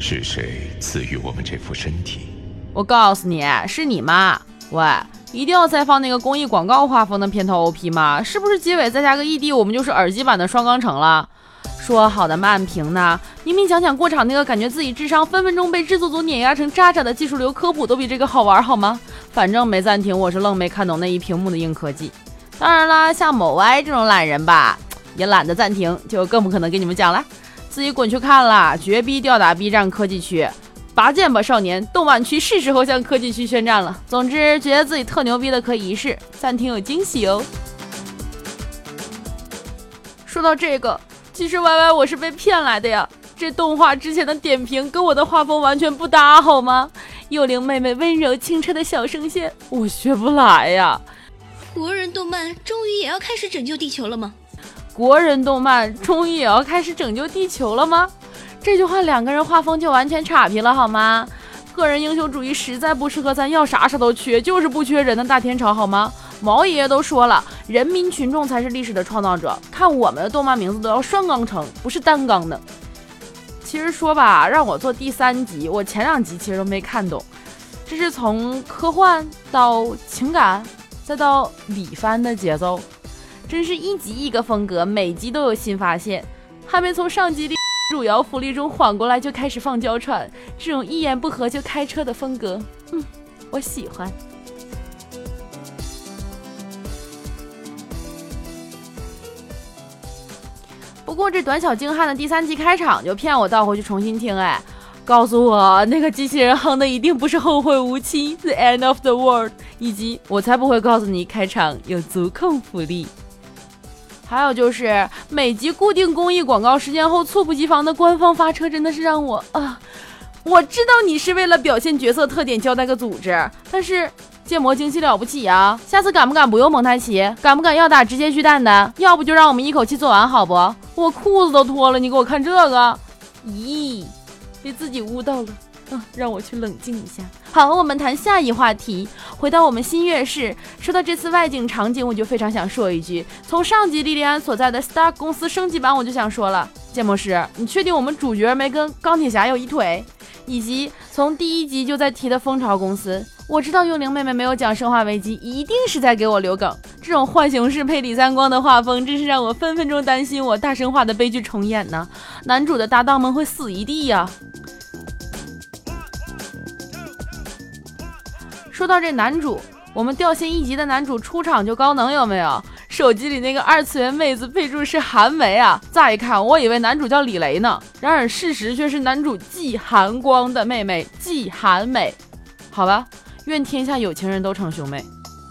是谁赐予我们这副身体？ 我告诉你，是你妈。喂，一定要再放那个公益广告画风的片头 OP 吗？是不是结尾再加个 ED， 我们就是耳机版的双钢城了？说好的慢评呢？明明讲过场那个感觉自己智商分分钟被制作组碾压成渣渣的技术流科普都比这个好玩好吗？反正没暂停，我是愣没看懂那一屏幕的硬科技。当然啦，像某 Y 这种懒人吧，也懒得暂停，就更不可能给你们讲了，自己滚去看啦！绝逼吊打 B 站科技区，拔剑吧少年，动漫区是时候向科技区宣战了。总之，觉得自己特牛逼的可以一试，暂停有惊喜哦。说到这个，其实 YY 我是被骗来的呀，这动画之前的点评跟我的画风完全不搭好吗？幽灵妹妹温柔清澈的小声线，我学不来呀。 国人动漫终于也要开始拯救地球了吗？ 国人动漫终于也要开始拯救地球了吗？这句话两个人画风就完全岔劈了好吗？个人英雄主义实在不适合咱要啥啥都缺，就是不缺人的大天朝好吗？毛爷爷都说了，人民群众才是历史的创造者，看我们的动漫名字都要双钢城，不是单钢的。其实说吧，让我做第3集，我前2集其实都没看懂，这是从科幻到情感再到李番的节奏，真是一集一个风格，每集都有新发现。还没从上集里汝窑福利中缓过来就开始放娇喘，这种一言不合就开车的风格，我喜欢。不过这短小精悍的第3集开场就骗我倒回去重新听，告诉我那个机器人哼的一定不是后会无期 The End of the World， 以及我才不会告诉你开场有足控福利。还有就是每集固定公益广告时间后猝不及防的官方发车，真的是让我我知道你是为了表现角色特点交代个组织，但是建模精细了不起啊！下次敢不敢不用蒙太奇？敢不敢要打直接巨蛋的？要不就让我们一口气做完好不？我裤子都脱了，你给我看这个，咦，被自己污到了。让我去冷静一下。好，我们谈下一话题，回到我们新月市。说到这次外景场景，我就非常想说一句，从上集莉莉安所在的 Stark 公司升级版我就想说了，建模师，你确定我们主角没跟钢铁侠有一腿？以及从第1集就在提的蜂巢公司，我知道幽灵妹妹没有讲生化危机，一定是在给我留梗。这种浣熊式配李三光的画风，真是让我分分钟担心我大生化的悲剧重演呢。男主的搭档们会死一地呀。说到这男主，我们掉线1集的男主出场就高能有没有？手机里那个2次元妹子备注是韩梅啊，乍一看我以为男主叫李雷呢，然而事实却是男主季寒光的妹妹季寒美。好吧，愿天下有情人都成兄妹。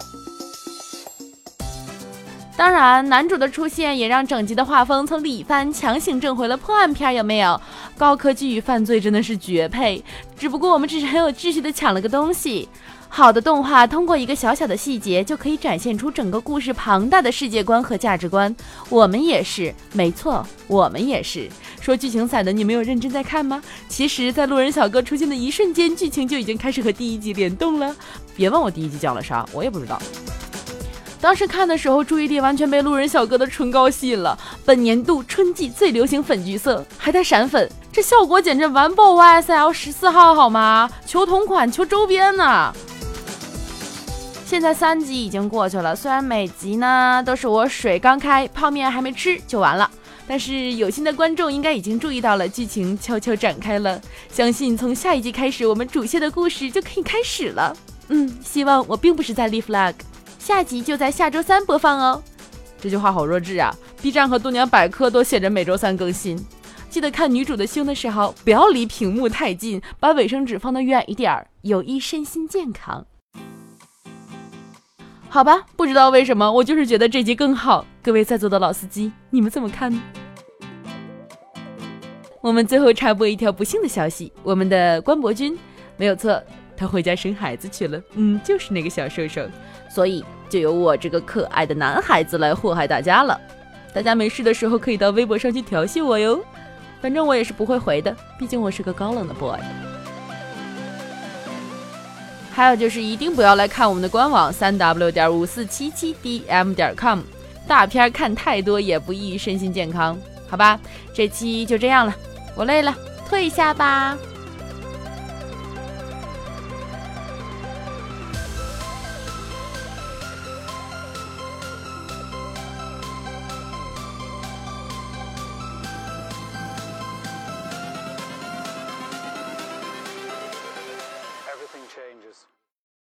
当然，男主的出现也让整集的画风从李番强行挣回了破案片，有没有？高科技与犯罪真的是绝配，只不过我们只是很有秩序的抢了个东西。好的动画通过一个小小的细节就可以展现出整个故事庞大的世界观和价值观。我们也是，没错，我们也是。说剧情散的，你没有认真在看吗？其实在路人小哥出现的一瞬间，剧情就已经开始和第1集联动了。别问我第1集讲了啥，我也不知道。当时看的时候，注意力完全被路人小哥的唇膏吸引了。本年度春季最流行粉橘色，还带闪粉，这效果简直完爆 YSL 14号好吗？求同款，求周边呢。现在3集已经过去了，虽然每集呢都是我水刚开，泡面还没吃就完了，但是有心的观众应该已经注意到了，剧情悄悄展开了。相信从下1集开始，我们主线的故事就可以开始了。希望我并不是在立 flag。下集就在下周3播放哦。这句话好弱智啊 ！B 站和度娘百科都写着每周3更新。记得看女主的胸的时候，不要离屏幕太近，把卫生纸放得远一点，有益身心健康。好吧，不知道为什么，我就是觉得这集更好。各位在座的老司机，你们怎么看呢？我们最后插播一条不幸的消息，我们的关博君，没有错，他回家生孩子去了，就是那个小瘦瘦，所以就由我这个可爱的男孩子来祸害大家了。大家没事的时候可以到微博上去调戏我哟，反正我也是不会回的，毕竟我是个高冷的 boy。还有就是一定不要来看我们的官网 3w.5477dm.com， 大片看太多也不益于身心健康，好吧？这期就这样了，我累了，退下吧。